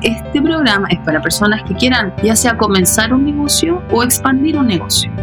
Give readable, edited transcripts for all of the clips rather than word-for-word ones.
este programa es para personas que quieran ya sea comenzar un negocio o expandir un negocio.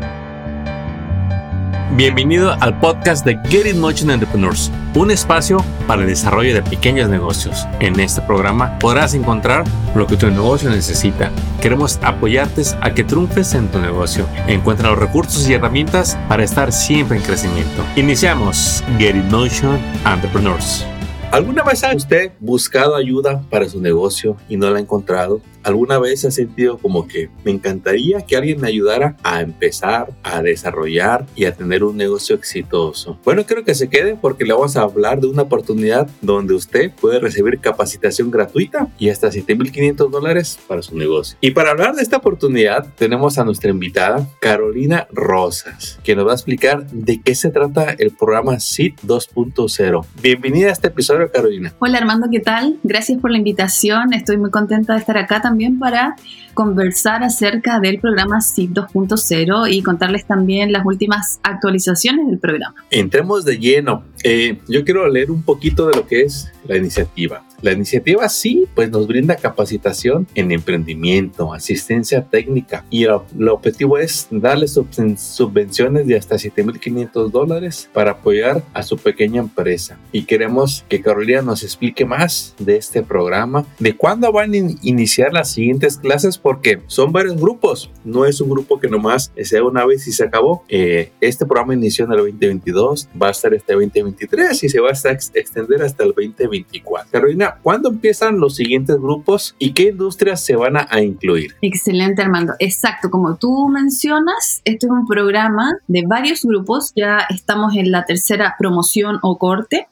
Bienvenido al podcast de Get In Motion Entrepreneurs, un espacio para el desarrollo de pequeños negocios. En este programa podrás encontrar lo que tu negocio necesita. Queremos apoyarte a que triunfes en tu negocio. Encuentra los recursos y herramientas para estar siempre en crecimiento. Iniciamos Get In Motion Entrepreneurs. ¿Alguna vez ha usted buscado ayuda para su negocio y no la ha encontrado? ¿Alguna vez ha sentido como que me encantaría que alguien me ayudara a empezar, a desarrollar y a tener un negocio exitoso? Bueno, quiero que se quede porque le vamos a hablar de una oportunidad donde usted puede recibir capacitación gratuita y hasta $7,500 para su negocio. Y para hablar de esta oportunidad tenemos a nuestra invitada Carolina Rosas, que nos va a explicar de qué se trata el programa Seed 2.0. Bienvenida a este episodio, Carolina. Hola Armando, ¿qué tal? Gracias por la invitación. Estoy muy contenta de estar acá también para conversar acerca del programa Seed 2.0 y contarles también las últimas actualizaciones del programa. Entremos de lleno. Yo quiero leer un poquito de lo que es la iniciativa. La iniciativa sí, pues nos brinda capacitación en emprendimiento, asistencia técnica y el objetivo es darle subvenciones de hasta $7,500 para apoyar a su pequeña empresa. Y queremos que Carolina nos explique más de este programa, de cuándo van a iniciar las siguientes clases, porque son varios grupos. No es un grupo que nomás sea una vez y se acabó. Este programa inició en el 2022, va a estar este 2023 y se va a extender hasta el 2024. Carolina, ¿cuándo empiezan los siguientes grupos y qué industrias se van a incluir? Excelente, Armando. Exacto, como tú mencionas, este es un programa de varios grupos. Ya estamos en la tercera promoción o corte.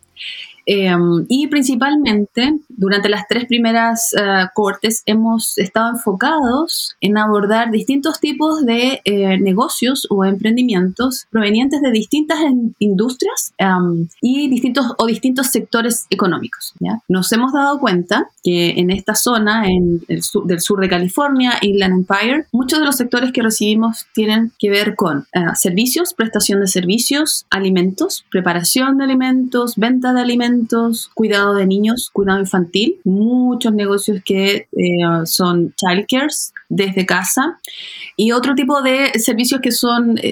Y principalmente durante las 3 primeras cohortes hemos estado enfocados en abordar distintos tipos de negocios o emprendimientos provenientes de distintas industrias y distintos sectores económicos, ¿ya? Nos hemos dado cuenta que en esta zona, del sur de California, Inland Empire, muchos de los sectores que recibimos tienen que ver con servicios, prestación de servicios, alimentos, preparación de alimentos, venta de alimentos, cuidado de niños, cuidado infantil, muchos negocios que son childcares desde casa y otro tipo de servicios que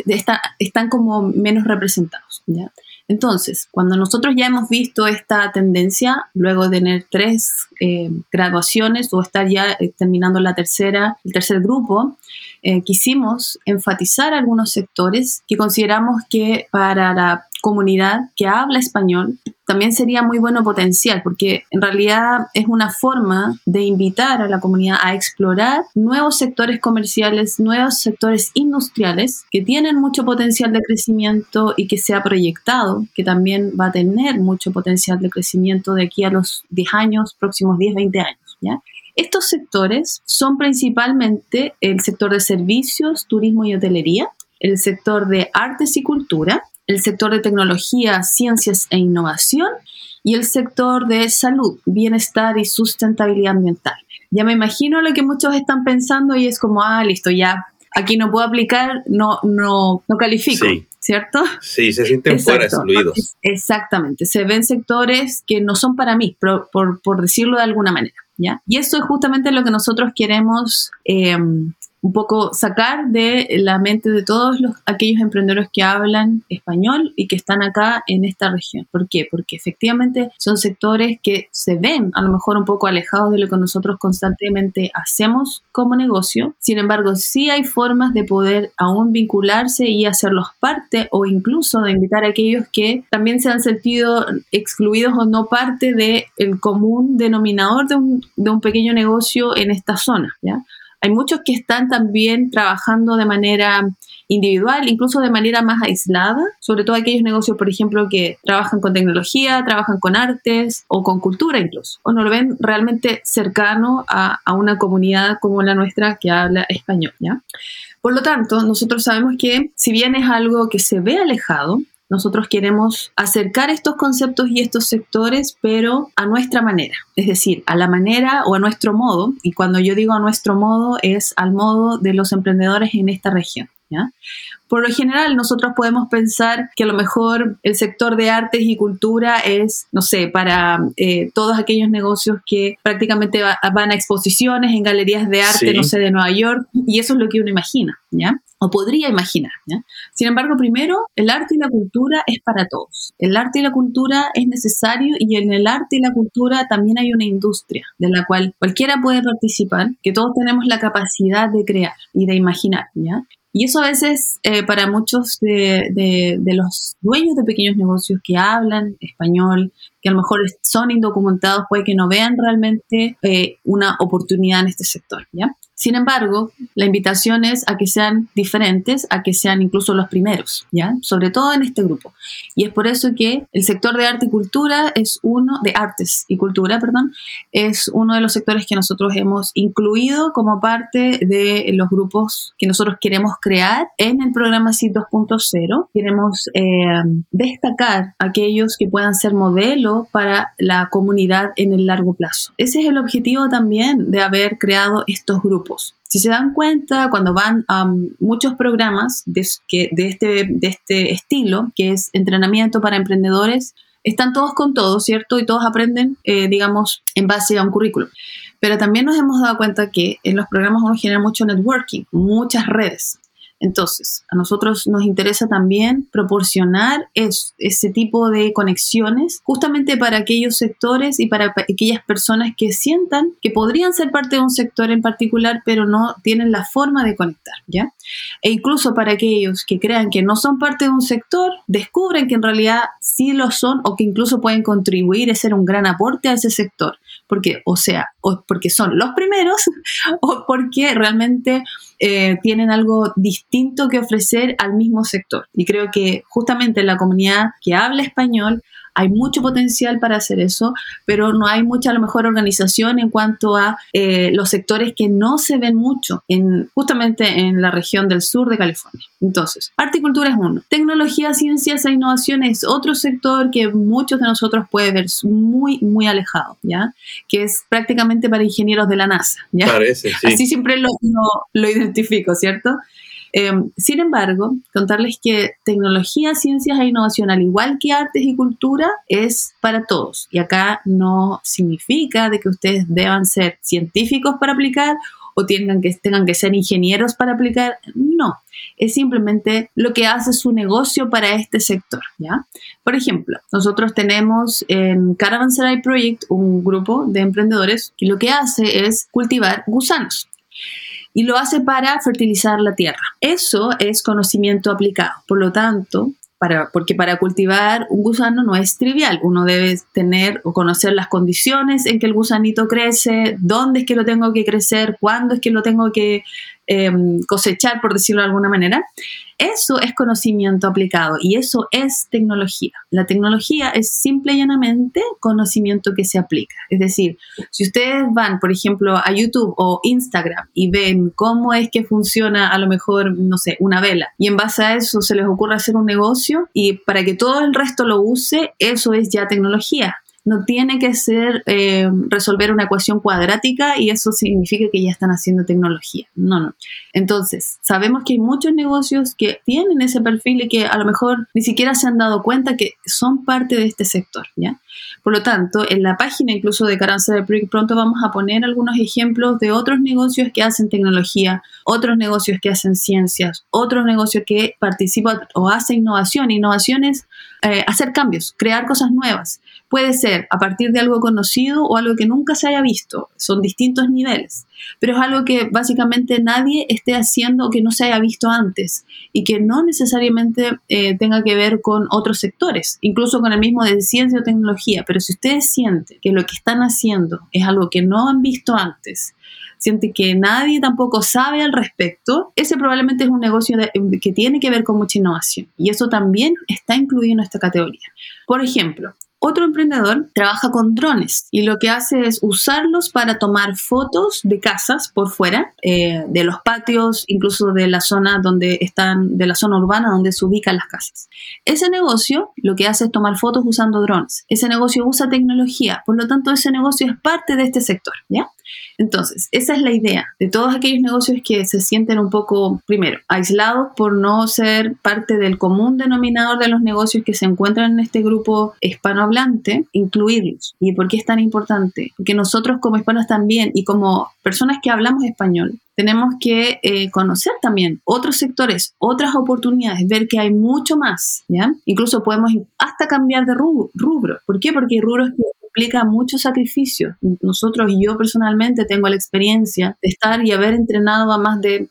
están como menos representados, ¿ya? Entonces, cuando nosotros ya hemos visto esta tendencia, luego de tener 3 graduaciones o estar ya terminando el tercer grupo, quisimos enfatizar algunos sectores que consideramos que para la comunidad que habla español también sería muy bueno potencial, porque en realidad es una forma de invitar a la comunidad a explorar nuevos sectores comerciales, nuevos sectores industriales que tienen mucho potencial de crecimiento y que se ha proyectado que también va a tener mucho potencial de crecimiento de aquí a los 10 años, próximos 10, 20 años, ¿ya? Estos sectores son principalmente el sector de servicios, turismo y hotelería, el sector de artes y cultura, el sector de tecnología, ciencias e innovación y el sector de salud, bienestar y sustentabilidad ambiental. Ya me imagino lo que muchos están pensando y es como, listo, ya aquí no puedo aplicar, no califico, sí. ¿Cierto? Sí, se sienten fuera, excluidos. Exactamente, se ven sectores que no son para mí, por decirlo de alguna manera, ¿ya? Y eso es justamente lo que nosotros queremos un poco sacar de la mente de todos aquellos emprendedores que hablan español y que están acá en esta región. ¿Por qué? Porque efectivamente son sectores que se ven a lo mejor un poco alejados de lo que nosotros constantemente hacemos como negocio. Sin embargo, sí hay formas de poder aún vincularse y hacerlos parte o incluso de invitar a aquellos que también se han sentido excluidos o no parte del común denominador de un pequeño negocio en esta zona, ¿ya? Hay muchos que están también trabajando de manera individual, incluso de manera más aislada, sobre todo aquellos negocios, por ejemplo, que trabajan con tecnología, trabajan con artes o con cultura incluso, o no lo ven realmente cercano a una comunidad como la nuestra que habla español, ¿ya? Por lo tanto, nosotros sabemos que si bien es algo que se ve alejado, nosotros queremos acercar estos conceptos y estos sectores, pero a nuestra manera, es decir, a la manera o a nuestro modo, y cuando yo digo a nuestro modo es al modo de los emprendedores en esta región, ¿ya? Por lo general, nosotros podemos pensar que a lo mejor el sector de artes y cultura es, no sé, para todos aquellos negocios que prácticamente van a exposiciones en galerías de arte, no sé, de Nueva York, y eso es lo que uno imagina, ¿ya? O podría imaginar, ¿ya? Sin embargo, primero, el arte y la cultura es para todos. El arte y la cultura es necesario, y en el arte y la cultura también hay una industria de la cual cualquiera puede participar, que todos tenemos la capacidad de crear y de imaginar, ¿ya? Y eso a veces para muchos de los dueños de pequeños negocios que hablan español, que a lo mejor son indocumentados, puede que no vean realmente una oportunidad en este sector, ¿ya? Sin embargo, la invitación es a que sean diferentes, a que sean incluso los primeros, ¿ya? Sobre todo en este grupo. Y es por eso que el sector de arte y cultura de artes y cultura, es uno de los sectores que nosotros hemos incluido como parte de los grupos que nosotros queremos crear en el programa CIT 2.0. Queremos destacar aquellos que puedan ser modelo para la comunidad en el largo plazo. Ese es el objetivo también de haber creado estos grupos. Si se dan cuenta, cuando van a muchos programas de este estilo, que es entrenamiento para emprendedores, están todos con todos, ¿cierto? Y todos aprenden, digamos, en base a un currículum. Pero también nos hemos dado cuenta que en los programas uno genera mucho networking, muchas redes. Entonces, a nosotros nos interesa también proporcionar ese tipo de conexiones justamente para aquellos sectores y para aquellas personas que sientan que podrían ser parte de un sector en particular, pero no tienen la forma de conectar, ¿ya? E incluso para aquellos que crean que no son parte de un sector, descubren que en realidad sí lo son, o que incluso pueden contribuir y ser un gran aporte a ese sector. Porque, o porque son los primeros o porque realmente tienen algo distinto que ofrecer al mismo sector. Y creo que justamente en la comunidad que habla español hay mucho potencial para hacer eso, pero no hay mucha, a lo mejor, organización en cuanto a los sectores que no se ven mucho justamente en la región del sur de California. Entonces, arte y cultura es uno. Tecnología, ciencias e innovación es otro sector que muchos de nosotros pueden ver muy, muy alejado, ¿ya? Que es prácticamente para ingenieros de la NASA, ¿ya? Parece, sí. Así siempre lo identifico, ¿cierto? Sin embargo, contarles que tecnología, ciencias e innovación, al igual que artes y cultura, es para todos. Y acá no significa de que ustedes deban ser científicos para aplicar o tengan que ser ingenieros para aplicar. No, es simplemente lo que hace su negocio para este sector, ¿ya? Por ejemplo, nosotros tenemos en Caravanserai Project un grupo de emprendedores que lo que hace es cultivar gusanos. Y lo hace fertilizar la tierra. Eso es conocimiento aplicado. Por lo tanto, porque para cultivar un gusano no es trivial. Uno debe tener o conocer las condiciones en que el gusanito crece, dónde es que lo tengo que crecer, cuándo es que lo tengo que cosechar, por decirlo de alguna manera. Eso es conocimiento aplicado y eso es tecnología. La tecnología es simple y llanamente conocimiento que se aplica. Es decir, si ustedes van, por ejemplo, a YouTube o Instagram y ven cómo es que funciona a lo mejor, no sé, una vela, y en base a eso se les ocurre hacer un negocio y para que todo el resto lo use, eso es ya tecnología. No tiene que ser resolver una ecuación cuadrática y eso significa que ya están haciendo tecnología. No. Entonces, sabemos que hay muchos negocios que tienen ese perfil y que a lo mejor ni siquiera se han dado cuenta que son parte de este sector, ¿ya? Por lo tanto, en la página incluso de Caravanserai Project pronto vamos a poner algunos ejemplos de otros negocios que hacen tecnología, otros negocios que hacen ciencias, otros negocios que participan o hacen innovación. Innovación es hacer cambios, crear cosas nuevas. Puede ser a partir de algo conocido o algo que nunca se haya visto. Son distintos niveles, pero es algo que básicamente nadie esté haciendo o que no se haya visto antes y que no necesariamente tenga que ver con otros sectores, incluso con el mismo de ciencia o tecnología. Pero si ustedes sienten que lo que están haciendo es algo que no han visto antes, sienten que nadie tampoco sabe al respecto, ese probablemente es un negocio que tiene que ver con mucha innovación y eso también está incluido en esta categoría. Por ejemplo, Otro emprendedor trabaja con drones y lo que hace es usarlos para tomar fotos de casas por fuera, de los patios, incluso de la zona de la zona urbana donde se ubican las casas. Ese negocio lo que hace es tomar fotos usando drones. Ese negocio usa tecnología, por lo tanto ese negocio es parte de este sector, ¿ya? Entonces, esa es la idea de todos aquellos negocios que se sienten un poco, primero, aislados por no ser parte del común denominador de los negocios que se encuentran en este grupo hispanohablante, incluirlos. ¿Y por qué es tan importante? Porque nosotros como hispanos también y como personas que hablamos español, tenemos que conocer también otros sectores, otras oportunidades, ver que hay mucho más, ¿ya? Incluso podemos hasta cambiar de rubro. ¿Por qué? Porque hay rubros que implica mucho sacrificio. Nosotros y yo personalmente tengo la experiencia de estar y haber entrenado a más de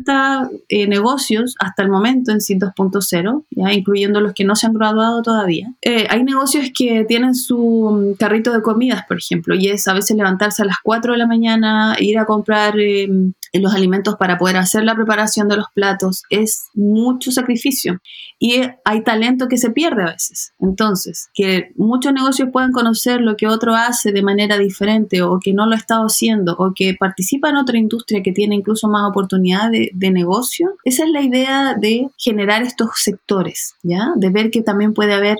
80 negocios hasta el momento en SIT 2.0, ¿ya? Incluyendo los que no se han graduado todavía. Hay negocios que tienen su carrito de comidas, por ejemplo, y es a veces levantarse a las 4 de la mañana, ir a comprar los alimentos para poder hacer la preparación de los platos. Es mucho sacrificio y hay talento que se pierde a veces. Entonces, que muchos negocios puedan conocer lo que otro hace de manera diferente o que no lo ha estado haciendo o que participa en otra industria que tiene incluso más oportunidad de negocio. Esa es la idea de generar estos sectores, ¿ya? De ver que también puede haber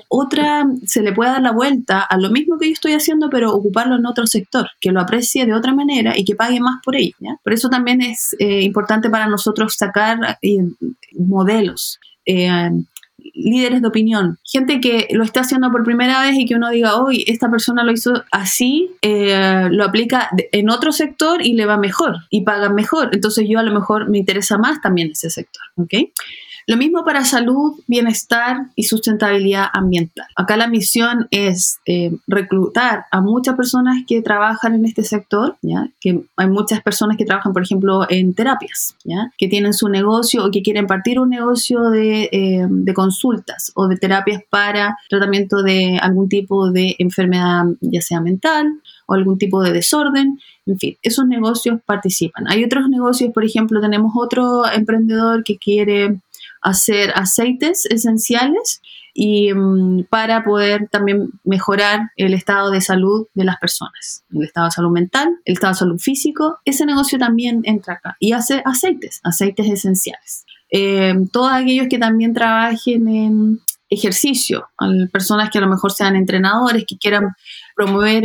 se le puede dar la vuelta a lo mismo que yo estoy haciendo, pero ocuparlo en otro sector, que lo aprecie de otra manera y que pague más por ello, ¿ya? Por eso también es importante para nosotros sacar modelos, líderes de opinión, gente que lo está haciendo por primera vez y que uno diga, hoy esta persona lo hizo así, lo aplica en otro sector y le va mejor y paga mejor, entonces yo a lo mejor me interesa más también ese sector, ¿ok? Lo mismo para salud, bienestar y sustentabilidad ambiental. Acá la misión es reclutar a muchas personas que trabajan en este sector, ¿ya? Que hay muchas personas que trabajan, por ejemplo, en terapias, ¿ya? Que tienen su negocio o que quieren partir un negocio de consultas o de terapias para tratamiento de algún tipo de enfermedad, ya sea mental o algún tipo de desorden. En fin, esos negocios participan. Hay otros negocios, por ejemplo, tenemos otro emprendedor que quiere hacer aceites esenciales y para poder también mejorar el estado de salud de las personas, el estado de salud mental, el estado de salud físico. Ese negocio también entra acá y hace aceites esenciales. Todos aquellos que también trabajen en ejercicio, personas que a lo mejor sean entrenadores, que quieran promover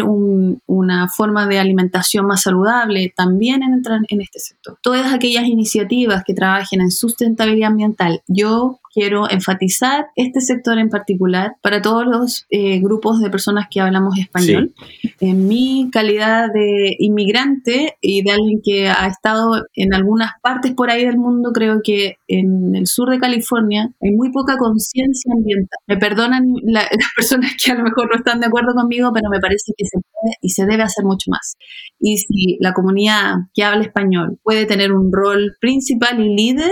una forma de alimentación más saludable, también entran en este sector. Todas aquellas iniciativas que trabajen en sustentabilidad ambiental, yo quiero enfatizar este sector en particular para todos los grupos de personas que hablamos español. Sí. En mi calidad de inmigrante y de alguien que ha estado en algunas partes por ahí del mundo, creo que en el sur de California hay muy poca conciencia ambiental. Me perdonan las personas que a lo mejor no están de acuerdo conmigo, pero me parece que se puede y se debe hacer mucho más. Y si la comunidad que habla español puede tener un rol principal y líder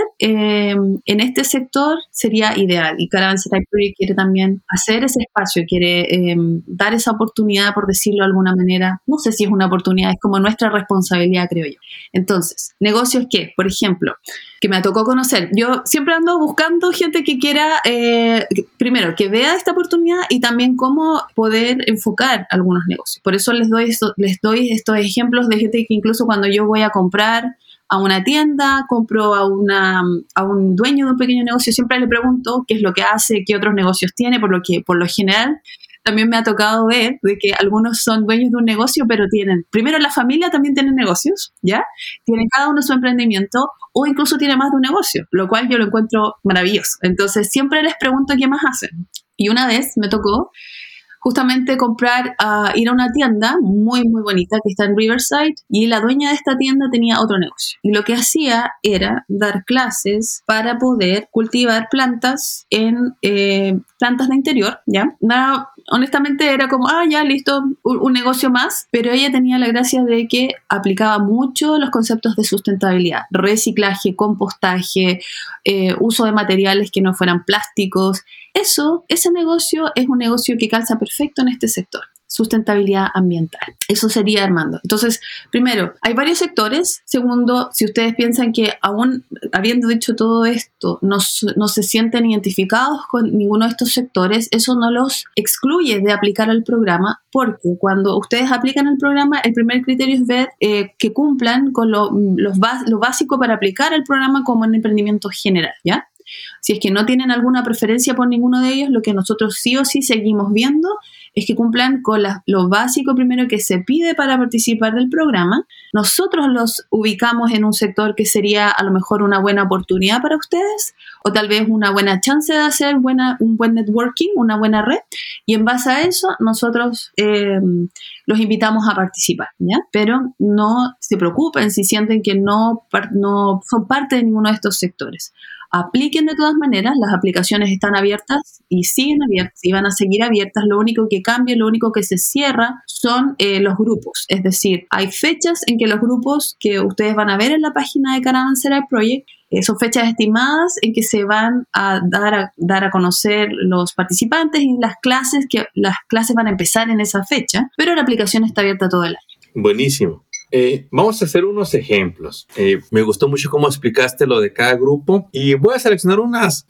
en este sector, sería ideal. Y Caravanserai Project quiere también hacer ese espacio, quiere dar esa oportunidad, por decirlo de alguna manera. No sé si es una oportunidad, es como nuestra responsabilidad, creo yo. Entonces, negocios que, por ejemplo, que me tocó conocer. Yo siempre ando buscando gente que quiera, primero, que vea esta oportunidad y también cómo poder enfocar algunos negocios. Por eso les doy estos ejemplos de gente que incluso cuando yo voy a comprar a una tienda, compro a un dueño de un pequeño negocio, siempre le pregunto qué es lo que hace, qué otros negocios tiene, por lo general también me ha tocado ver de que algunos son dueños de un negocio, pero primero la familia también tiene negocios, ¿ya? Tienen cada uno su emprendimiento o incluso tiene más de un negocio, lo cual yo lo encuentro maravilloso. Entonces siempre les pregunto qué más hacen. Y una vez me tocó justamente ir a una tienda muy, muy bonita que está en Riverside y la dueña de esta tienda tenía otro negocio. Y lo que hacía era dar clases para poder cultivar plantas plantas de interior, ¿ya? Nada, honestamente era como, ya, listo, un negocio más, pero ella tenía la gracia de que aplicaba mucho los conceptos de sustentabilidad, reciclaje, compostaje, uso de materiales que no fueran plásticos. Ese negocio es un negocio que calza perfecto en este sector. sustentabilidad ambiental. Eso sería, Armando. Entonces, primero, hay varios sectores. Segundo, si ustedes piensan que aún habiendo dicho todo esto, no se sienten identificados con ninguno de estos sectores, eso no los excluye de aplicar el programa, porque cuando ustedes aplican el programa, el primer criterio es ver que cumplan con lo básico para aplicar el programa como un emprendimiento general, ¿ya? Si es que no tienen alguna preferencia por ninguno de ellos, lo que nosotros sí o sí seguimos viendo es que cumplan con lo básico primero que se pide para participar del programa. Nosotros los ubicamos en un sector que sería a lo mejor una buena oportunidad para ustedes o tal vez una buena chance de hacer un buen networking, una buena red, y en base a eso nosotros los invitamos a participar, ¿ya? Pero no se preocupen si sienten que no son parte de ninguno de estos sectores. Apliquen de todas maneras, las aplicaciones están abiertas y siguen abiertas y van a seguir abiertas. Lo único que cambia, lo único que se cierra son los grupos. Es decir, hay fechas en que los grupos que ustedes van a ver en la página de Caravanserai Project son fechas estimadas en que se van a dar a conocer los participantes y las clases van a empezar en esa fecha, pero la aplicación está abierta todo el año. Buenísimo. Vamos a hacer unos ejemplos. Me gustó mucho cómo explicaste lo de cada grupo y voy a seleccionar unas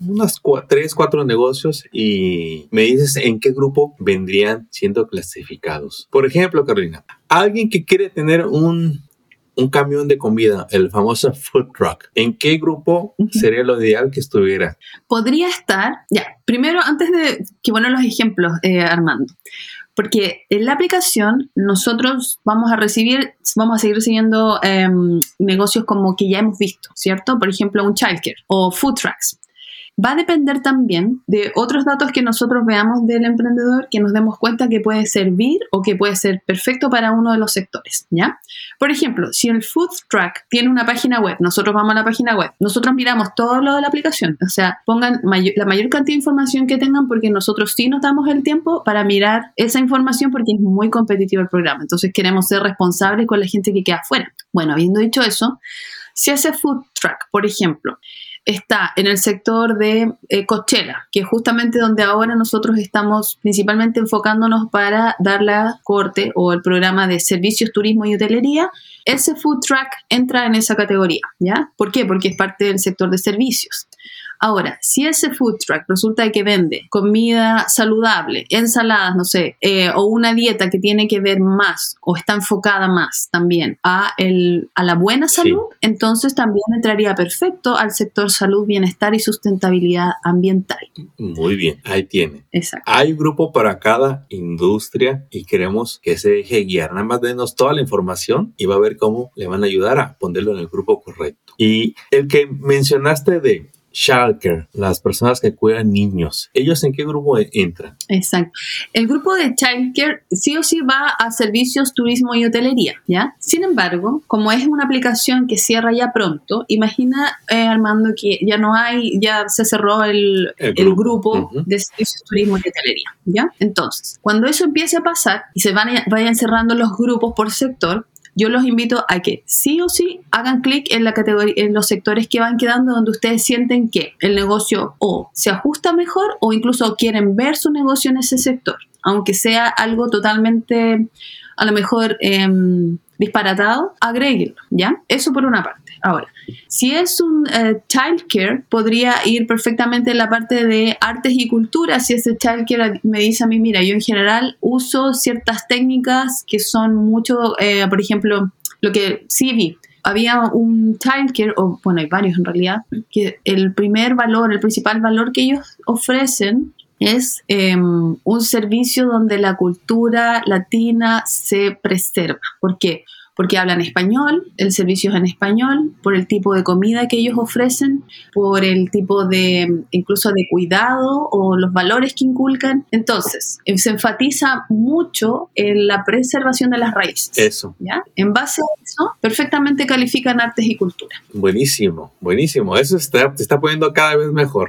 3, 4 negocios y me dices en qué grupo vendrían siendo clasificados. Por ejemplo, Carolina, alguien que quiere tener un camión de comida, el famoso food truck, ¿en qué grupo sería lo ideal que estuviera? Podría estar, primero antes de que poner los ejemplos, Armando, porque en la aplicación nosotros vamos a seguir recibiendo negocios como que ya hemos visto, ¿cierto? Por ejemplo, un childcare o food trucks. Va a depender también de otros datos que nosotros veamos del emprendedor, que nos demos cuenta que puede servir o que puede ser perfecto para uno de los sectores, ¿ya? Por ejemplo, si el food truck tiene una página web, nosotros vamos a la página web, nosotros miramos todo lo de la aplicación, o sea, pongan la mayor cantidad de información que tengan porque nosotros sí nos damos el tiempo para mirar esa información porque es muy competitivo el programa, entonces queremos ser responsables con la gente que queda afuera. Bueno, habiendo dicho eso, si ese food truck, por ejemplo, está en el sector de Coachella, que es justamente donde ahora nosotros estamos principalmente enfocándonos para dar la corte o el programa de servicios, turismo y hotelería, ese food truck entra en esa categoría, ¿ya? ¿Por qué? Porque es parte del sector de servicios. Ahora, si ese food truck resulta que vende comida saludable, ensaladas, no sé, o una dieta que tiene que ver más o está enfocada más también a la buena salud, sí, entonces también entraría perfecto al sector salud, bienestar y sustentabilidad ambiental. Muy bien, ahí tiene. Exacto. Hay un grupo para cada industria y queremos que se deje guiar. Nada más denos toda la información y va a ver cómo le van a ayudar a ponerlo en el grupo correcto. Y el que mencionaste de childcare, las personas que cuidan niños, ¿ellos en qué grupo entran? Exacto. El grupo de childcare sí o sí va a servicios, turismo y hotelería, ¿ya? Sin embargo, como es una aplicación que cierra ya pronto, imagina, Armando, que ya se cerró el grupo de servicios, turismo y hotelería, ¿ya? Entonces, cuando eso empiece a pasar y se vayan cerrando los grupos por sector, yo los invito a que sí o sí hagan clic en la categoría, en los sectores que van quedando donde ustedes sienten que el negocio o se ajusta mejor o incluso quieren ver su negocio en ese sector, aunque sea algo totalmente, a lo mejor, disparatado, agréguenlo, ¿ya? Eso por una parte. Ahora, si es un childcare, podría ir perfectamente en la parte de artes y cultura. Si ese childcare me dice a mí, mira, yo en general uso ciertas técnicas que son mucho, por ejemplo, lo que sí vi. Había un childcare, o bueno, hay varios en realidad, que el principal valor que ellos ofrecen es un servicio donde la cultura latina se preserva. ¿Por qué? Porque hablan español, el servicio es en español, por el tipo de comida que ellos ofrecen, por el tipo de, incluso de cuidado o los valores que inculcan. Entonces, se enfatiza mucho en la preservación de las raíces. Eso. ¿Ya? En base a eso, perfectamente califican artes y cultura. Buenísimo, buenísimo. Eso te está poniendo cada vez mejor.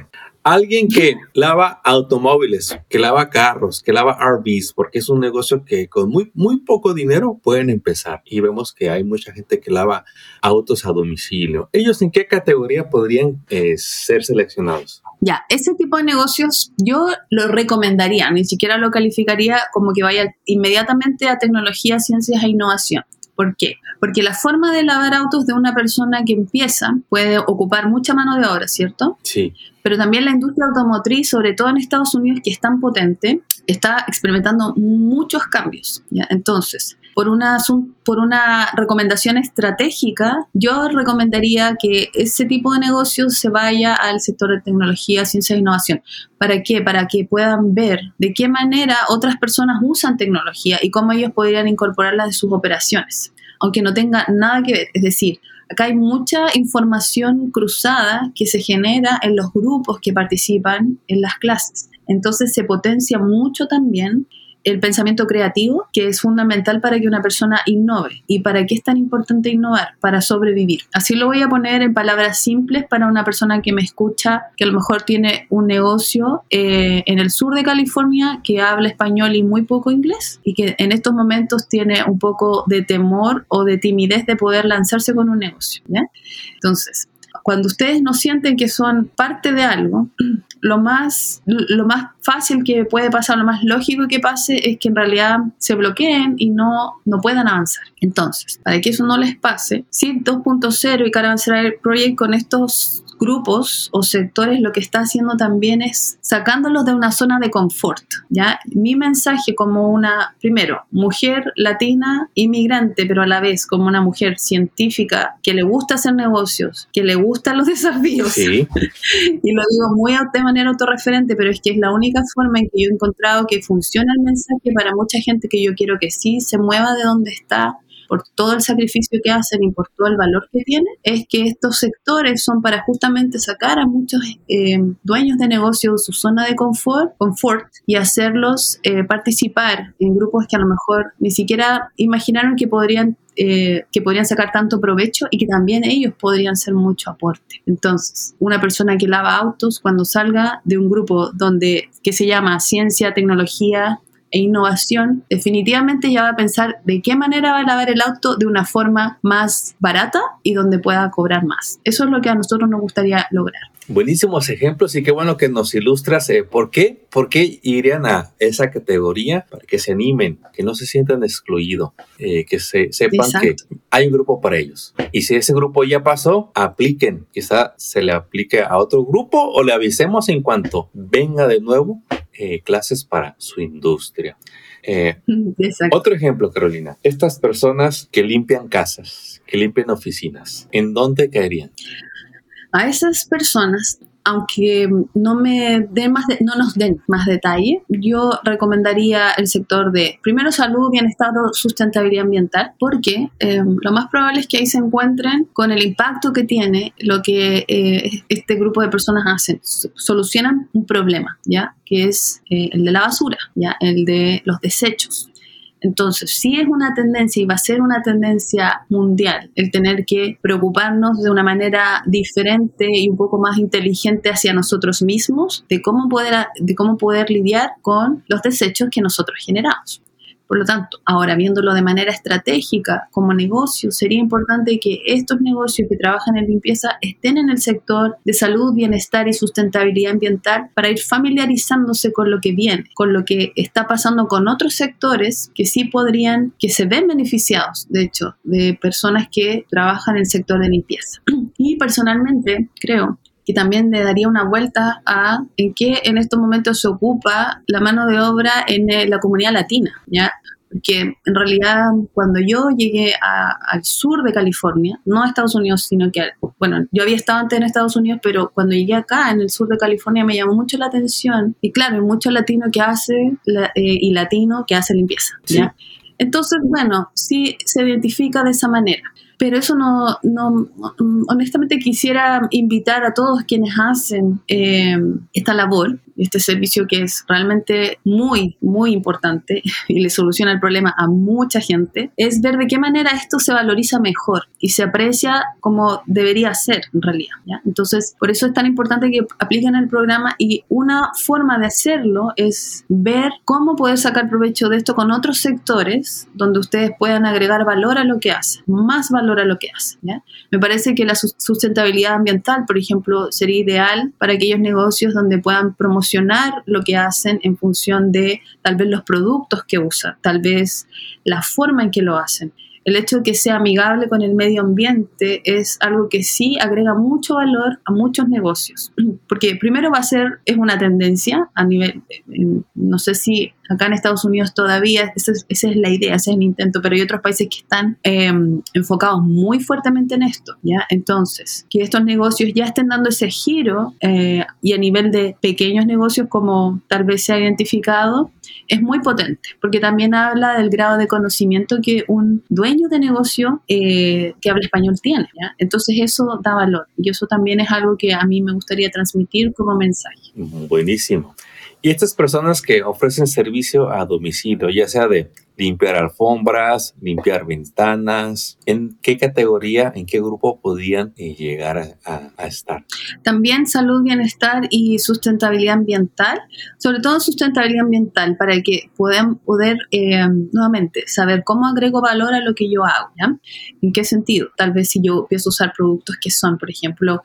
Alguien que lava automóviles, que lava carros, que lava RVs, porque es un negocio que con muy poco dinero pueden empezar. Y vemos que hay mucha gente que lava autos a domicilio. ¿Ellos en qué categoría podrían ser seleccionados? Ya, ese tipo de negocios yo lo recomendaría, ni siquiera lo calificaría como que vaya inmediatamente a tecnología, ciencias e innovación. ¿Por qué? Porque la forma de lavar autos de una persona que empieza puede ocupar mucha mano de obra, ¿cierto? Sí. Pero también la industria automotriz, sobre todo en Estados Unidos, que es tan potente, está experimentando muchos cambios, ¿ya? Entonces, por una recomendación estratégica, yo recomendaría que ese tipo de negocios se vaya al sector de tecnología, ciencia e innovación. ¿Para qué? Para que puedan ver de qué manera otras personas usan tecnología y cómo ellos podrían incorporarla en sus operaciones, aunque no tenga nada que ver. Es decir, acá hay mucha información cruzada que se genera en los grupos que participan en las clases. Entonces se potencia mucho también el pensamiento creativo, que es fundamental para que una persona innove. ¿Y para qué es tan importante innovar? Para sobrevivir. Así lo voy a poner en palabras simples para una persona que me escucha, que a lo mejor tiene un negocio en el sur de California, que habla español y muy poco inglés, y que en estos momentos tiene un poco de temor o de timidez de poder lanzarse con un negocio, ¿ya? Entonces, cuando ustedes no sienten que son parte de algo, lo más fácil que puede pasar, lo más lógico que pase es que en realidad se bloqueen y no puedan avanzar. Entonces, para que eso no les pase, SEED 2.0 y Caravanserai Project con estos grupos o sectores lo que está haciendo también es sacándolos de una zona de confort, ¿ya? Mi mensaje como una, primero, mujer latina, inmigrante, pero a la vez como una mujer científica que le gusta hacer negocios, que le gustan los desafíos, sí. Y lo digo muy de manera autorreferente, pero es que es la única forma en que yo he encontrado que funciona el mensaje para mucha gente que yo quiero que sí se mueva de donde está, por todo el sacrificio que hacen y por todo el valor que tienen, es que estos sectores son para justamente sacar a muchos dueños de negocios de su zona de confort y hacerlos participar en grupos que a lo mejor ni siquiera imaginaron que podrían sacar tanto provecho y que también ellos podrían ser mucho aporte. Entonces, una persona que lava autos, cuando salga de un grupo que se llama ciencia, tecnología e innovación, definitivamente ya va a pensar de qué manera va a lavar el auto de una forma más barata y donde pueda cobrar más. Eso es lo que a nosotros nos gustaría lograr. Buenísimos ejemplos y qué bueno que nos ilustras por qué irían a esa categoría, para que se animen, que no se sientan excluidos, que sepan Exacto. Que hay un grupo para ellos. Y si ese grupo ya pasó, apliquen, quizá se le aplique a otro grupo o le avisemos en cuanto venga de nuevo clases para su industria. Otro ejemplo, Carolina, estas personas que limpian casas, que limpian oficinas, ¿en dónde caerían? A esas personas, aunque no nos den más detalle, yo recomendaría el sector de, primero, salud, bienestar o sustentabilidad ambiental, porque lo más probable es que ahí se encuentren con el impacto que tiene lo que este grupo de personas hacen. Solucionan un problema, ¿ya? Que es el de la basura, ¿ya? El de los desechos. Entonces, sí es una tendencia y va a ser una tendencia mundial el tener que preocuparnos de una manera diferente y un poco más inteligente hacia nosotros mismos de cómo poder lidiar con los desechos que nosotros generamos. Por lo tanto, ahora viéndolo de manera estratégica como negocio, sería importante que estos negocios que trabajan en limpieza estén en el sector de salud, bienestar y sustentabilidad ambiental para ir familiarizándose con lo que viene, con lo que está pasando con otros sectores que sí que se ven beneficiados, de hecho, de personas que trabajan en el sector de limpieza. Y personalmente creo que también le daría una vuelta en qué en estos momentos se ocupa la mano de obra en la comunidad latina, ¿ya? Porque en realidad cuando yo llegué al sur de California, no a Estados Unidos, sino que, bueno, yo había estado antes en Estados Unidos, pero cuando llegué acá en el sur de California me llamó mucho la atención, y claro, hay mucho latino que hace y latino que hace limpieza, ¿ya? Sí. Entonces, bueno, sí se identifica de esa manera. Pero eso no, honestamente quisiera invitar a todos quienes hacen esta labor este servicio que es realmente muy, muy importante y le soluciona el problema a mucha gente, es ver de qué manera esto se valoriza mejor y se aprecia como debería ser en realidad, ¿ya? Entonces, por eso es tan importante que apliquen el programa, y una forma de hacerlo es ver cómo poder sacar provecho de esto con otros sectores donde ustedes puedan agregar valor a lo que hacen, más valor a lo que hacen, ¿ya? Me parece que la sustentabilidad ambiental, por ejemplo, sería ideal para aquellos negocios donde puedan promocionar lo que hacen en función de tal vez los productos que usan, tal vez la forma en que lo hacen. El hecho de que sea amigable con el medio ambiente es algo que sí agrega mucho valor a muchos negocios, porque primero es una tendencia a nivel, no sé si acá en Estados Unidos todavía, esa es la idea, ese es el intento, pero hay otros países que están enfocados muy fuertemente en esto, ¿ya? Entonces, que estos negocios ya estén dando ese giro, y a nivel de pequeños negocios, como tal vez se ha identificado, es muy potente, porque también habla del grado de conocimiento que un dueño de negocio que habla español tiene, ¿ya? Entonces eso da valor, y eso también es algo que a mí me gustaría transmitir como mensaje. Buenísimo. Y estas personas que ofrecen servicio a domicilio, ya sea de limpiar alfombras, limpiar ventanas, ¿en qué categoría, en qué grupo podrían llegar a estar? También salud, bienestar y sustentabilidad ambiental, sobre todo sustentabilidad ambiental, para que puedan poder nuevamente saber cómo agrego valor a lo que yo hago, ¿ya? ¿En qué sentido? Tal vez si yo empiezo a usar productos que son, por ejemplo,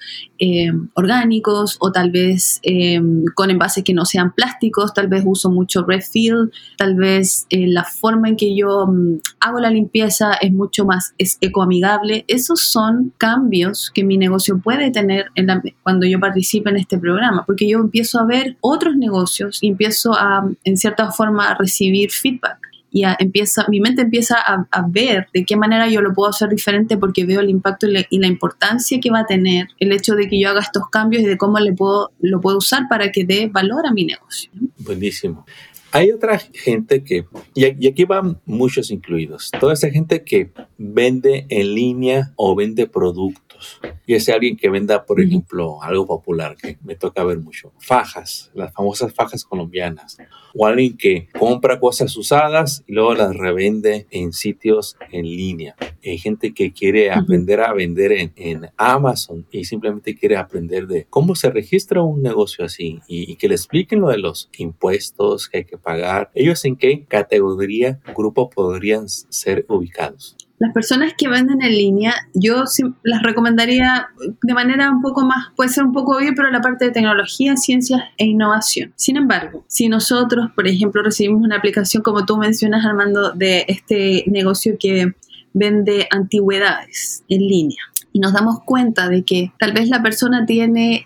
orgánicos, o tal vez con envases que no sean plásticos, tal vez uso mucho refill, tal vez la forma en que yo hago la limpieza es mucho más ecoamigable. Esos son cambios que mi negocio puede tener cuando yo participe en este programa, porque yo empiezo a ver otros negocios y empiezo en cierta forma, a recibir feedback. Y mi mente empieza a ver de qué manera yo lo puedo hacer diferente, porque veo el impacto y la importancia que va a tener el hecho de que yo haga estos cambios, y de cómo lo puedo usar para que dé valor a mi negocio. Buenísimo. Hay otra gente y aquí van muchos incluidos, toda esa gente que vende en línea o vende productos. Y es alguien que venda, por ejemplo, algo popular que me toca ver mucho, fajas, las famosas fajas colombianas. O alguien que compra cosas usadas y luego las revende en sitios en línea. Hay gente que quiere aprender a vender en Amazon y simplemente quiere aprender de cómo se registra un negocio así, y que le expliquen lo de los impuestos que hay que pagar. ¿Ellos en qué categoría, grupo podrían ser ubicados? Las personas que venden en línea, yo las recomendaría de manera un poco más, puede ser un poco obvio, pero la parte de tecnología, ciencias e innovación. Sin embargo, si nosotros, por ejemplo, recibimos una aplicación, como tú mencionas, Armando, de este negocio que vende antigüedades en línea, y nos damos cuenta de que tal vez la persona tiene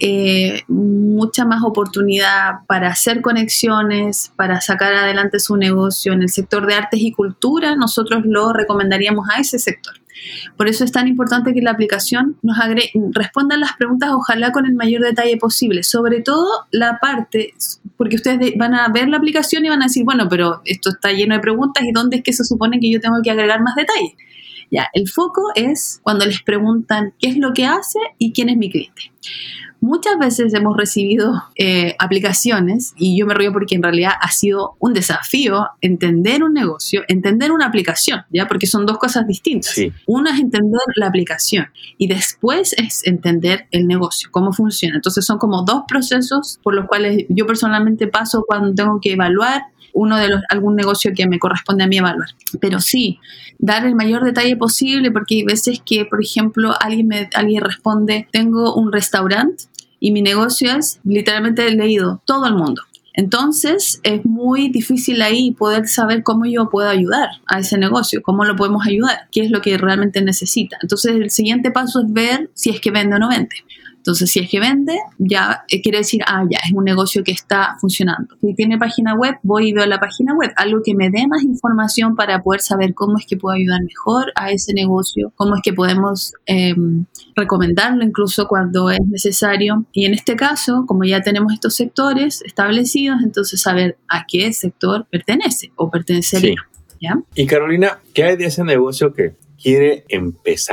mucha más oportunidad para hacer conexiones, para sacar adelante su negocio en el sector de artes y cultura, nosotros lo recomendaríamos a ese sector. Por eso es tan importante que la aplicación nos responda las preguntas, ojalá con el mayor detalle posible, sobre todo la parte, porque ustedes van a ver la aplicación y van a decir, bueno, pero esto está lleno de preguntas, ¿y dónde es que se supone que yo tengo que agregar más detalle? Ya, el foco es cuando les preguntan qué es lo que hace y quién es mi cliente. Muchas veces hemos recibido aplicaciones, y yo me río porque en realidad ha sido un desafío entender un negocio, entender una aplicación, ¿ya? Porque son dos cosas distintas. Sí. Una es entender la aplicación y después es entender el negocio, cómo funciona. Entonces son como dos procesos por los cuales yo personalmente paso cuando tengo que evaluar algún negocio que me corresponde a mí evaluar. Pero sí, dar el mayor detalle posible, porque hay veces que, por ejemplo, alguien responde, tengo un restaurante y mi negocio es, literalmente he leído, todo el mundo. Entonces es muy difícil ahí poder saber cómo yo puedo ayudar a ese negocio, cómo lo podemos ayudar, qué es lo que realmente necesita. Entonces el siguiente paso es ver si es que vende o no vende. Entonces, si es que vende, ya quiere decir, ya es un negocio que está funcionando. Si tiene página web, voy y veo la página web, algo que me dé más información para poder saber cómo es que puedo ayudar mejor a ese negocio, cómo es que podemos recomendarlo incluso cuando es necesario. Y en este caso, como ya tenemos estos sectores establecidos, entonces saber a qué sector pertenece o pertenecería. Sí. ¿Ya? Y Carolina, ¿qué hay de ese negocio que quiere empezar?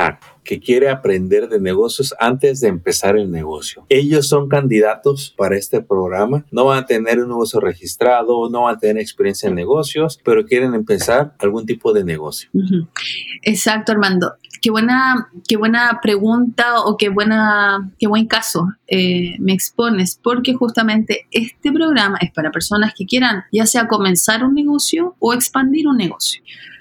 que quiere aprender de negocios antes de empezar el negocio. Ellos son candidatos para este programa. No van a tener un negocio registrado, no van a tener experiencia en negocios, pero quieren empezar algún tipo de negocio. Uh-huh. Exacto, Armando. Qué buena pregunta o qué buen caso me expones, porque justamente este programa es para personas que quieran ya sea comenzar un negocio o expandir un negocio.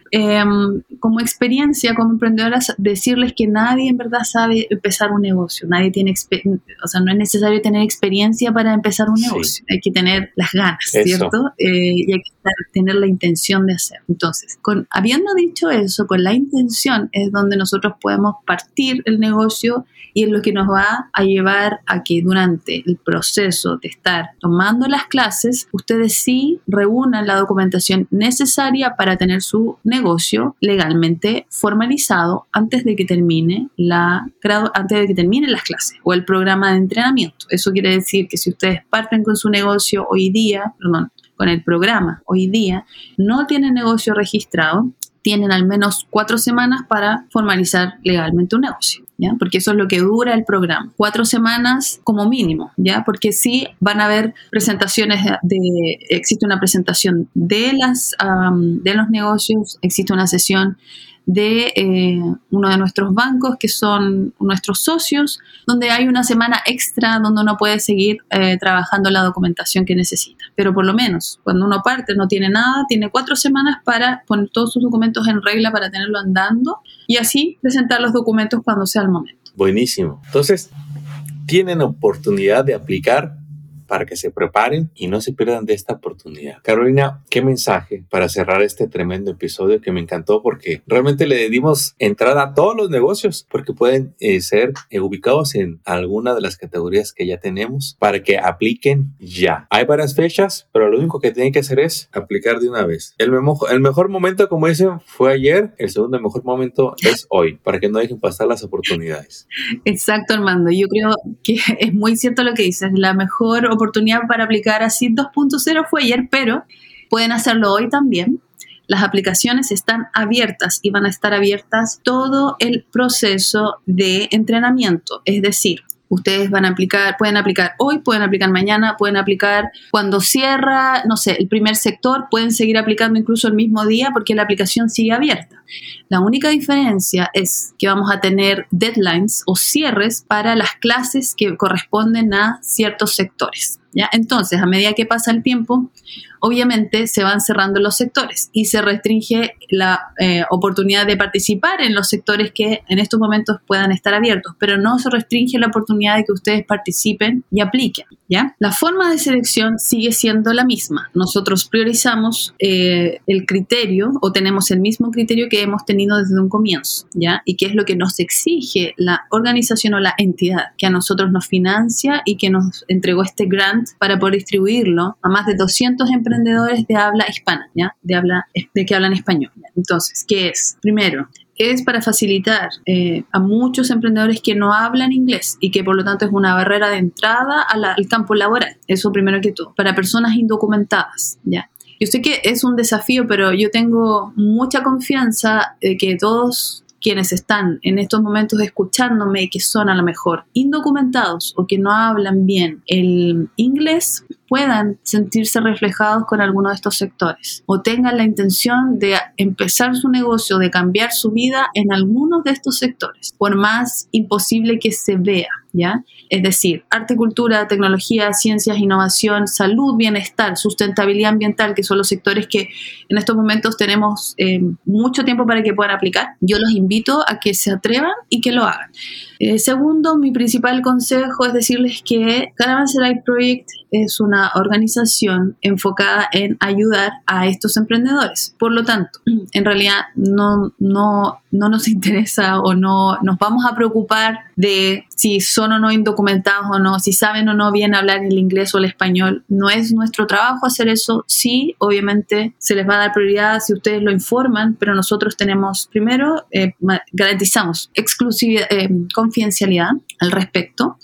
Como experiencia, como emprendedoras, decirles que nadie en verdad sabe empezar un negocio. Nadie tiene no es necesario tener experiencia para empezar un negocio. Hay que tener las ganas, ¿cierto? Y hay que tener la intención de hacerlo. Entonces, habiendo dicho eso, con la intención es donde nosotros podemos partir el negocio y es lo que nos va a llevar a que durante el proceso de estar tomando las clases, ustedes sí reúnan la documentación necesaria para tener su negocio legalmente formalizado antes de que termine las clases o el programa de entrenamiento. Eso quiere decir que si ustedes parten con su negocio con el programa hoy día, no tienen negocio registrado, tienen al menos 4 semanas para formalizar legalmente un negocio, ¿ya? Porque eso es lo que dura el programa. 4 semanas como mínimo, ¿ya? Porque sí van a haber presentaciones existe una presentación de los negocios, existe una sesión de uno de nuestros bancos que son nuestros socios, donde hay una semana extra donde uno puede seguir trabajando la documentación que necesita. Pero por lo menos cuando uno parte no tiene nada, tiene 4 semanas para poner todos sus documentos en regla para tenerlo andando y así presentar los documentos cuando sea el momento. Buenísimo. Entonces, tienen oportunidad de aplicar para que se preparen y no se pierdan de esta oportunidad. Carolina, ¿qué mensaje para cerrar este tremendo episodio que me encantó? Porque realmente le dimos entrada a todos los negocios, porque pueden ser ubicados en alguna de las categorías que ya tenemos para que apliquen ya. Hay varias fechas, pero lo único que tienen que hacer es aplicar de una vez. El mejor momento, como dicen, fue ayer. El segundo mejor momento es hoy, para que no dejen pasar las oportunidades. Exacto, Armando. Yo creo que es muy cierto lo que dices. La mejor oportunidad para aplicar así 2.0 fue ayer, pero pueden hacerlo hoy también. Las aplicaciones están abiertas y van a estar abiertas todo el proceso de entrenamiento. Es decir, ustedes pueden aplicar hoy, pueden aplicar mañana, pueden aplicar cuando cierra, el primer sector, pueden seguir aplicando incluso el mismo día porque la aplicación sigue abierta. La única diferencia es que vamos a tener deadlines o cierres para las clases que corresponden a ciertos sectores, ¿ya? Entonces, a medida que pasa el tiempo, obviamente se van cerrando los sectores y se restringe la oportunidad de participar en los sectores que en estos momentos puedan estar abiertos, pero no se restringe la oportunidad de que ustedes participen y apliquen, ¿ya? La forma de selección sigue siendo la misma. Nosotros priorizamos el criterio o tenemos el mismo criterio que hemos tenido desde un comienzo, ¿ya? Y que es lo que nos exige la organización o la entidad que a nosotros nos financia y que nos entregó este grant para poder distribuirlo a más de 200 emprendedores de habla hispana, ¿ya? De que hablan español. ¿Ya? Entonces, ¿qué es? Primero, es para facilitar a muchos emprendedores que no hablan inglés y que por lo tanto es una barrera de entrada al campo laboral. Eso primero que todo. Para personas indocumentadas, ¿ya? Yo sé que es un desafío, pero yo tengo mucha confianza de que todos quienes están en estos momentos escuchándome, que son a lo mejor indocumentados o que no hablan bien el inglés, puedan sentirse reflejados con alguno de estos sectores o tengan la intención de empezar su negocio, de cambiar su vida en algunos de estos sectores, por más imposible que se vea, ¿ya? Es decir, arte, cultura, tecnología, ciencias, innovación, salud, bienestar, sustentabilidad ambiental, que son los sectores que en estos momentos tenemos mucho tiempo para que puedan aplicar. Yo los invito a que se atrevan y que lo hagan. Segundo, mi principal consejo es decirles que Caravanserai Project es una organización enfocada en ayudar a estos emprendedores. Por lo tanto, en realidad no nos interesa o no nos vamos a preocupar de si son o no indocumentados o no, si saben o no bien hablar el inglés o el español. No es nuestro trabajo hacer eso. Sí, obviamente se les va a dar prioridad si ustedes lo informan, pero nosotros tenemos, primero, garantizamos exclusividad, confidencialidad al respecto.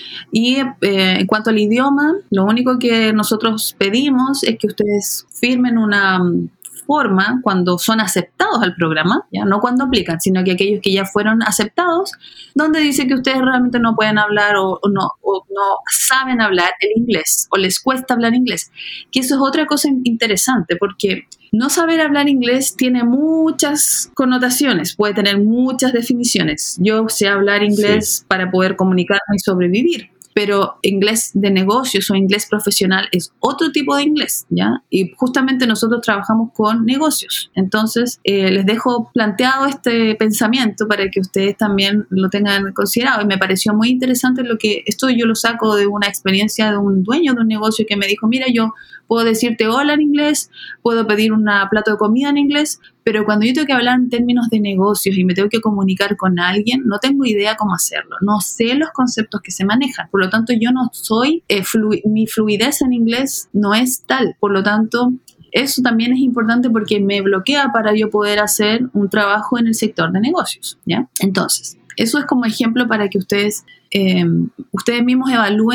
Y en cuanto al idioma, lo único que nosotros pedimos es que ustedes firmen una forma cuando son aceptados al programa, ya no cuando aplican, sino que aquellos que ya fueron aceptados, donde dice que ustedes realmente no pueden hablar o no saben hablar el inglés o les cuesta hablar inglés. Que eso es otra cosa interesante, porque no saber hablar inglés tiene muchas connotaciones, puede tener muchas definiciones. Yo sé hablar inglés para poder comunicarme y sobrevivir, pero inglés de negocios o inglés profesional es otro tipo de inglés, ¿ya? Y justamente nosotros trabajamos con negocios. Entonces, les dejo planteado este pensamiento para que ustedes también lo tengan considerado. Y me pareció muy interesante esto yo lo saco de una experiencia de un dueño de un negocio que me dijo, mira, yo puedo decirte hola en inglés, puedo pedir un plato de comida en inglés, pero cuando yo tengo que hablar en términos de negocios y me tengo que comunicar con alguien, no tengo idea cómo hacerlo. No sé los conceptos que se manejan. Por lo tanto, yo no soy, mi fluidez en inglés no es tal. Por lo tanto, eso también es importante porque me bloquea para yo poder hacer un trabajo en el sector de negocios, ¿ya? Entonces, eso es como ejemplo para que ustedes mismos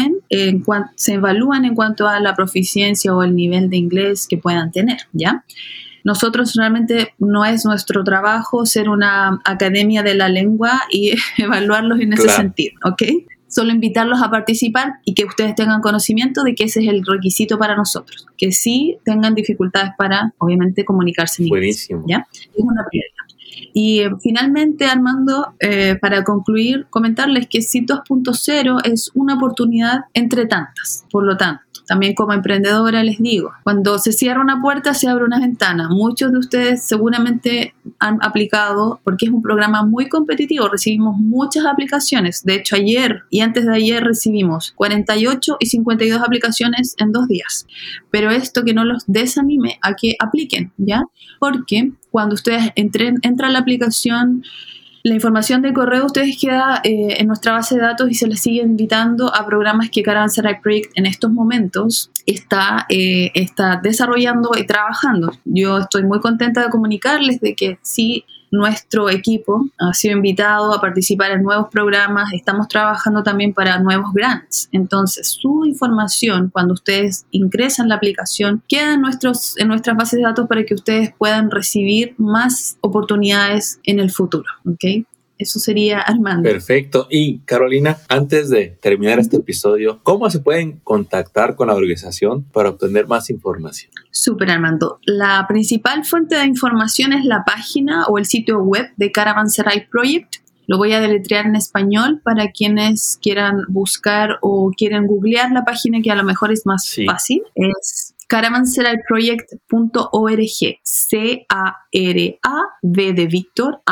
se evalúen en cuanto a la proficiencia o el nivel de inglés que puedan tener, ¿ya? Nosotros realmente no es nuestro trabajo ser una academia de la lengua y evaluarlos en ese sentido, ¿ok? Solo invitarlos a participar y que ustedes tengan conocimiento de que ese es el requisito para nosotros, que sí tengan dificultades para, obviamente, comunicarse en inglés. Buenísimo. ¿Ya? Es una prioridad. Y finalmente, Armando, para concluir, comentarles que SIT 2.0 es una oportunidad entre tantas. Por lo tanto, también como emprendedora les digo, cuando se cierra una puerta se abre una ventana. Muchos de ustedes seguramente han aplicado porque es un programa muy competitivo. Recibimos muchas aplicaciones. De hecho, ayer y antes de ayer recibimos 48 y 52 aplicaciones en 2 días. Pero esto que no los desanime a que apliquen, ¿ya? Porque cuando ustedes entran a la aplicación, la información del correo ustedes queda en nuestra base de datos y se les sigue invitando a programas que Caravanserai Project en estos momentos está desarrollando y trabajando. Yo estoy muy contenta de comunicarles de que sí, nuestro equipo ha sido invitado a participar en nuevos programas. Estamos trabajando también para nuevos grants. Entonces, su información, cuando ustedes ingresan la aplicación, queda en nuestras bases de datos para que ustedes puedan recibir más oportunidades en el futuro. ¿Ok? Eso sería, Armando. Perfecto. Y Carolina, antes de terminar este episodio, ¿cómo se pueden contactar con la organización para obtener más información? Súper, Armando. La principal fuente de información es la página o el sitio web de Caravanserai Project. Lo voy a deletrear en español para quienes quieran buscar o quieren googlear la página, que a lo mejor es más fácil. Es caravanseraiproject.org. C-A-R-A-V de Víctor,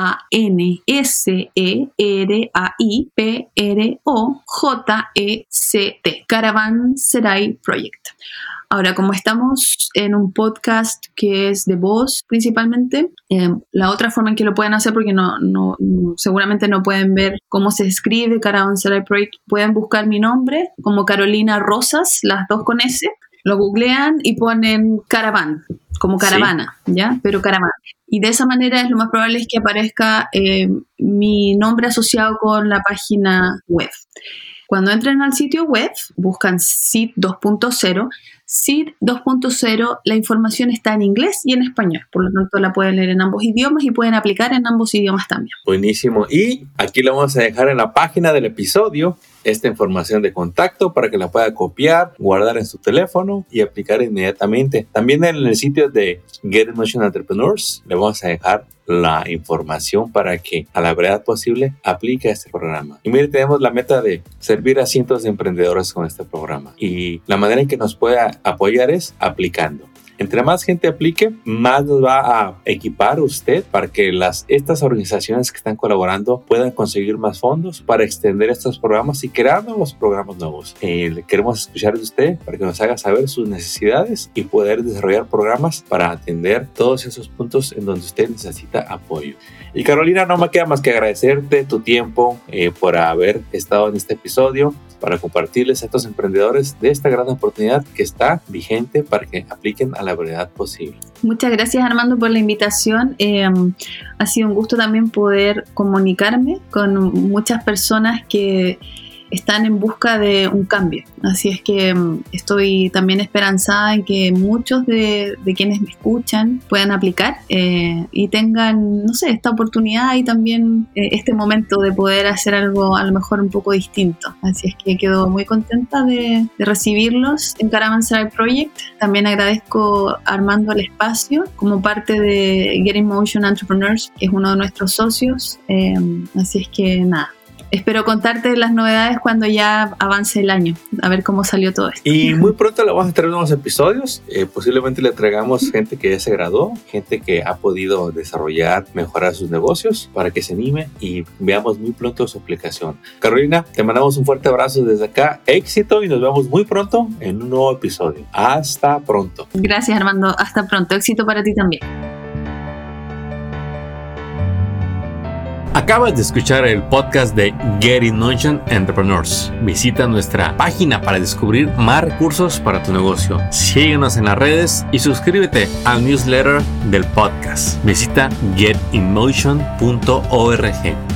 A-N-S-E-R-A-I-P-R-O-J-E-C-T. Caravanserai Project. Ahora, como estamos en un podcast que es de voz principalmente, la otra forma en que lo pueden hacer, porque seguramente no pueden ver cómo se escribe Caravanserai Project, pueden buscar mi nombre como Carolina Rosas, las dos con S, lo googlean y ponen Caravan, como caravana, ¿ya? Pero Caravan. Y de esa manera es lo más probable es que aparezca mi nombre asociado con la página web. Cuando entren al sitio web, buscan SIT 2.0. SIT 2.0, la información está en inglés y en español. Por lo tanto, la pueden leer en ambos idiomas y pueden aplicar en ambos idiomas también. Buenísimo. Y aquí lo vamos a dejar en la página del episodio, esta información de contacto para que la pueda copiar, guardar en su teléfono y aplicar inmediatamente. También en el sitio de Get in Motion Entrepreneurs le vamos a dejar la información para que a la brevedad posible aplique a este programa. Y mire, tenemos la meta de servir a cientos de emprendedores con este programa. Y la manera en que nos puede apoyar es aplicando. Entre más gente aplique, más nos va a equipar usted para que estas organizaciones que están colaborando puedan conseguir más fondos para extender estos programas y crear nuevos programas nuevos. Queremos escuchar de usted para que nos haga saber sus necesidades y poder desarrollar programas para atender todos esos puntos en donde usted necesita apoyo. Y Carolina, no me queda más que agradecerte tu tiempo por haber estado en este episodio, para compartirles a estos emprendedores de esta gran oportunidad que está vigente para que apliquen a la brevedad posible. Muchas gracias, Armando, por la invitación. Ha sido un gusto también poder comunicarme con muchas personas que están en busca de un cambio. Así es que estoy también esperanzada en que muchos de quienes me escuchan puedan aplicar y tengan, no sé, esta oportunidad y también este momento de poder hacer algo a lo mejor un poco distinto. Así es que quedo muy contenta de recibirlos en Caravanserai Project. También agradezco a Armando el espacio como parte de Get in Motion Entrepreneurs, que es uno de nuestros socios. Así es que nada, espero contarte las novedades cuando ya avance el año, a ver cómo salió todo esto. Y muy pronto le vamos a traer nuevos episodios. Posiblemente le traigamos gente que ya se graduó, gente que ha podido desarrollar, mejorar sus negocios para que se anime y veamos muy pronto su aplicación. Carolina, te mandamos un fuerte abrazo desde acá. Éxito y nos vemos muy pronto en un nuevo episodio. Hasta pronto. Gracias, Armando. Hasta pronto. Éxito para ti también. Acabas de escuchar el podcast de Get in Motion Entrepreneurs. Visita nuestra página para descubrir más recursos para tu negocio. Síguenos en las redes y suscríbete al newsletter del podcast. Visita getinmotion.org.